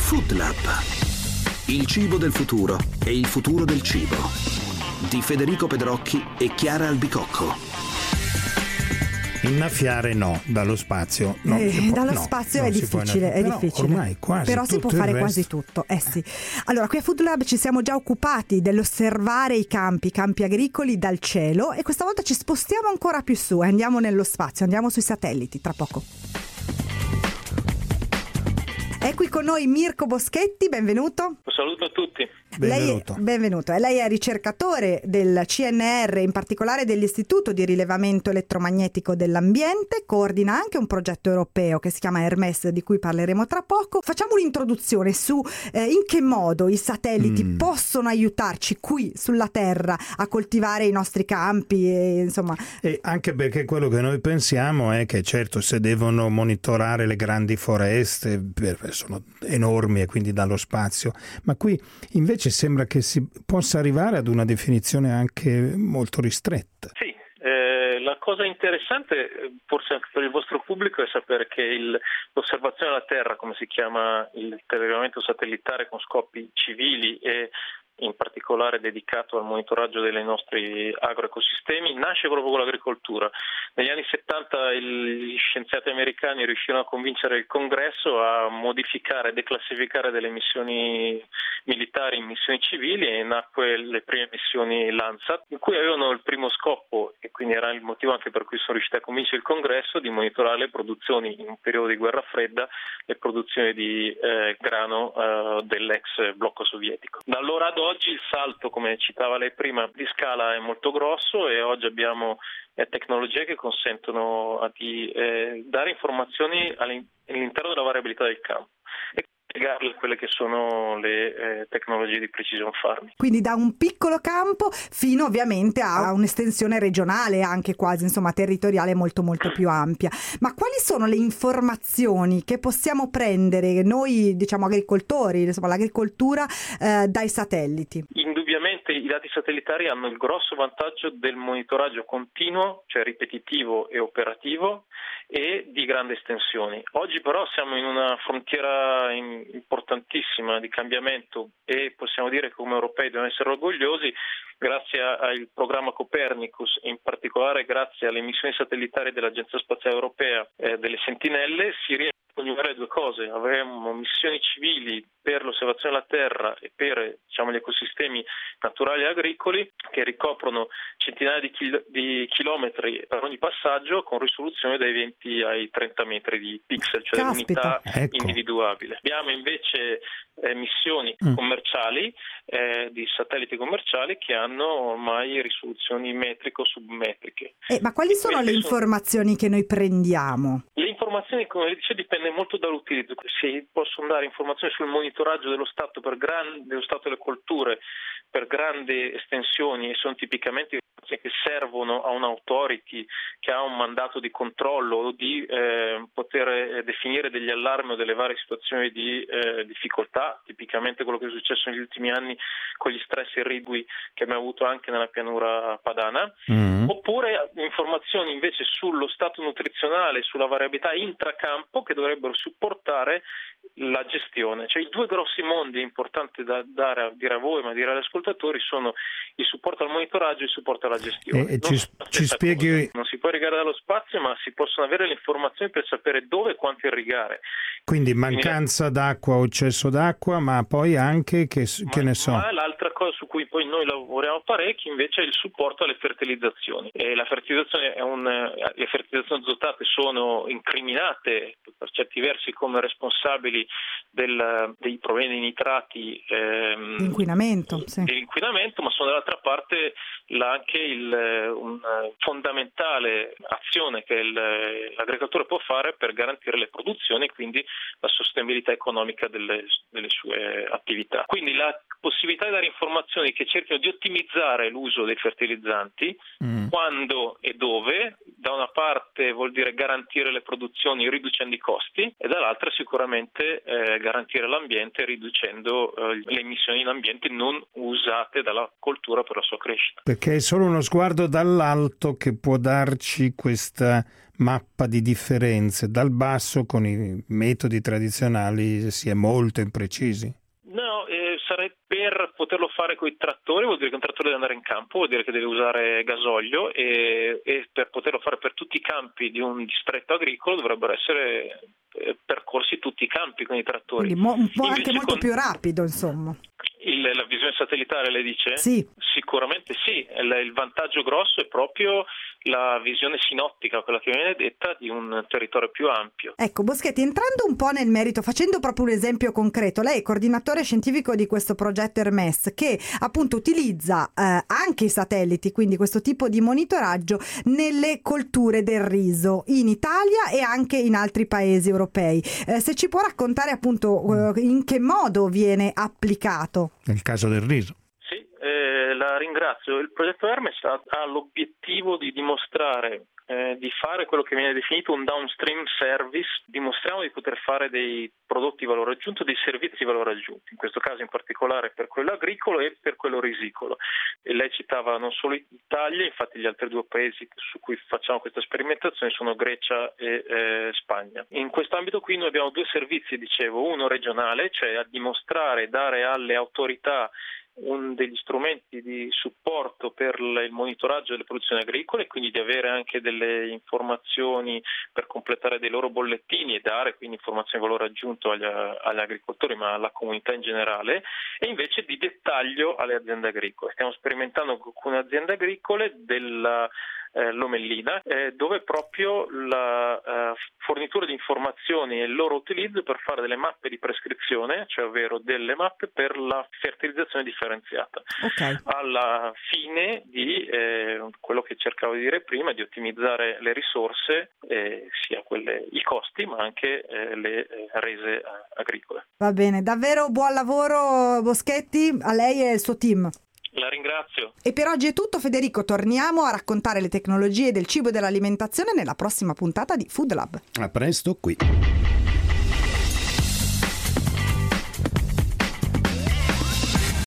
Food Lab. Il cibo del futuro e il futuro del cibo. Di Federico Pedrocchi e Chiara Albicocco. Innaffiare no, dallo spazio. No, dallo spazio è difficile, ormai quasi però si può fare quasi tutto. Sì. Allora, qui a Food Lab ci siamo già occupati dell'osservare i campi agricoli dal cielo, e questa volta ci spostiamo ancora più su e andiamo nello spazio, andiamo sui satelliti, tra poco. È qui con noi Mirko Boschetti, benvenuto. Un saluto a tutti. Benvenuto. Lei è ricercatore del CNR, in particolare dell'Istituto di Rilevamento Elettromagnetico dell'Ambiente, coordina anche un progetto europeo che si chiama Hermes, di cui parleremo tra poco. Facciamo un'introduzione su in che modo i satelliti possono aiutarci qui sulla Terra a coltivare i nostri campi e anche perché quello che noi pensiamo è che certo, se devono monitorare le grandi foreste, sono enormi e quindi dallo spazio, ma qui invece sembra che si possa arrivare ad una definizione anche molto ristretta. Sì, la cosa interessante forse anche per il vostro pubblico è sapere che l'osservazione della Terra, come si chiama il rilevamento satellitare con scopi civili e in particolare dedicato al monitoraggio dei nostri agroecosistemi, nasce proprio con l'agricoltura. Negli anni 70 gli scienziati americani riuscirono a convincere il Congresso a modificare e declassificare delle missioni militari in missioni civili, e nacque le prime missioni Landsat, in cui avevano il primo scopo, e quindi era il motivo anche per cui sono riusciti a convincere il Congresso, di monitorare le produzioni in un periodo di guerra fredda, le produzioni di grano dell'ex blocco sovietico. Da allora ad oggi il salto, come citava lei prima, di scala è molto grosso, e oggi abbiamo tecnologie che consentono di dare informazioni all'interno della variabilità del campo e spiegarle quelle che sono le tecnologie di precision farming. Quindi da un piccolo campo fino ovviamente a un'estensione regionale, anche quasi territoriale molto molto più ampia. Ma quali sono le informazioni che possiamo prendere noi, agricoltori, l'agricoltura dai satelliti? Indubbiamente i dati satellitari hanno il grosso vantaggio del monitoraggio continuo, cioè ripetitivo e operativo, e di grandi estensioni. Oggi però siamo in una frontiera importantissima di cambiamento, e possiamo dire che come europei dobbiamo essere orgogliosi. Grazie al programma Copernicus, in particolare grazie alle missioni satellitari dell'Agenzia Spaziale Europea, delle Sentinelle, si riesce a coniugare le due cose. Avremo missioni civili per l'osservazione della Terra e per gli ecosistemi naturali e agricoli, che ricoprono centinaia di chilometri per ogni passaggio, con risoluzione dai 20 ai 30 metri di pixel, cioè l'unità individuabile. Abbiamo invece missioni commerciali, di satelliti commerciali, che hanno ormai risoluzioni metrico-submetriche. Ma quali sono le informazioni che noi prendiamo? Le informazioni, come dice, dipende molto dall'utilizzo. Si possono dare informazioni sul monitoraggio dello stato dello stato delle colture per grandi estensioni, e sono tipicamente che servono a un'autority che ha un mandato di controllo o di poter definire degli allarmi o delle varie situazioni di difficoltà, tipicamente quello che è successo negli ultimi anni con gli stress irrigui che abbiamo avuto anche nella pianura padana, oppure informazioni invece sullo stato nutrizionale, sulla variabilità intracampo, che dovrebbero supportare la gestione. Cioè i due grossi mondi importanti da dire a voi, ma dire agli ascoltatori, sono il supporto al monitoraggio e il supporto alla gestione. Ci spieghi... Non si può irrigare dallo spazio, ma si possono avere le informazioni per sapere dove e quanto irrigare. Quindi mancanza d'acqua o eccesso d'acqua, ma poi anche che ne so. Ma l'altra cosa su cui poi noi lavoriamo parecchio invece è il supporto alle fertilizzazioni. La fertilizzazione le fertilizzazioni azotate sono incriminate per certi versi come responsabili dei problemi dei nitrati, dell'inquinamento, ma sono dall'altra parte anche un fondamentale azione che l'agricoltore può fare per garantire le produzioni e quindi la sostenibilità economica delle sue attività. Quindi la possibilità di dare informazioni che cerchino di ottimizzare l'uso dei fertilizzanti, quando e dove, da una parte vuol dire garantire le produzioni riducendo i costi, e dall'altra sicuramente garantire l'ambiente riducendo le emissioni in ambienti non usate dalla coltura per la sua crescita. Perché è solo uno sguardo dall'alto che può darci questa mappa di differenze. Dal basso con i metodi tradizionali si è molto imprecisi. No, per poterlo fare con i trattori vuol dire che un trattore deve andare in campo, vuol dire che deve usare gasolio e per poterlo fare per tutti i campi di un distretto agricolo dovrebbero essere percorsi tutti i campi con i trattori. Quindi anche molto più rapido, insomma. La visione satellitare, lei dice? Sì. Sicuramente sì. Il vantaggio grosso è proprio la visione sinottica, quella che viene detta di un territorio più ampio. Ecco, Boschetti, entrando un po' nel merito, facendo proprio un esempio concreto, lei è coordinatore scientifico di questo progetto Hermes che appunto utilizza anche i satelliti, quindi questo tipo di monitoraggio nelle colture del riso in Italia e anche in altri paesi europei. Se ci può raccontare appunto in che modo viene applicato? Nel caso del riso. La ringrazio. Il progetto Hermes ha l'obiettivo di dimostrare di fare quello che viene definito un downstream service. Dimostriamo di poter fare dei prodotti di valore aggiunto, dei servizi di valore aggiunto, in questo caso in particolare per quello agricolo e per quello risicolo. E lei citava non solo l'Italia, infatti gli altri due paesi su cui facciamo questa sperimentazione sono Grecia e Spagna. In questo ambito qui noi abbiamo due servizi, dicevo, uno regionale, cioè a dimostrare, dare alle autorità degli strumenti di supporto per il monitoraggio delle produzioni agricole e quindi di avere anche delle informazioni per completare dei loro bollettini e dare quindi informazioni di valore aggiunto agli agricoltori ma alla comunità in generale, e invece di dettaglio alle aziende agricole. Stiamo sperimentando con alcune aziende agricole della Lomellina, dove proprio la fornitura di informazioni e il loro utilizzo per fare delle mappe di prescrizione, cioè ovvero delle mappe per la fertilizzazione differenziata. Okay. Alla fine di quello che cercavo di dire prima, di ottimizzare le risorse, sia i costi ma anche le rese agricole. Va bene, davvero buon lavoro Boschetti, a lei e il suo team. La ringrazio. E per oggi è tutto, Federico, torniamo a raccontare le tecnologie del cibo e dell'alimentazione nella prossima puntata di Food Lab. A presto qui.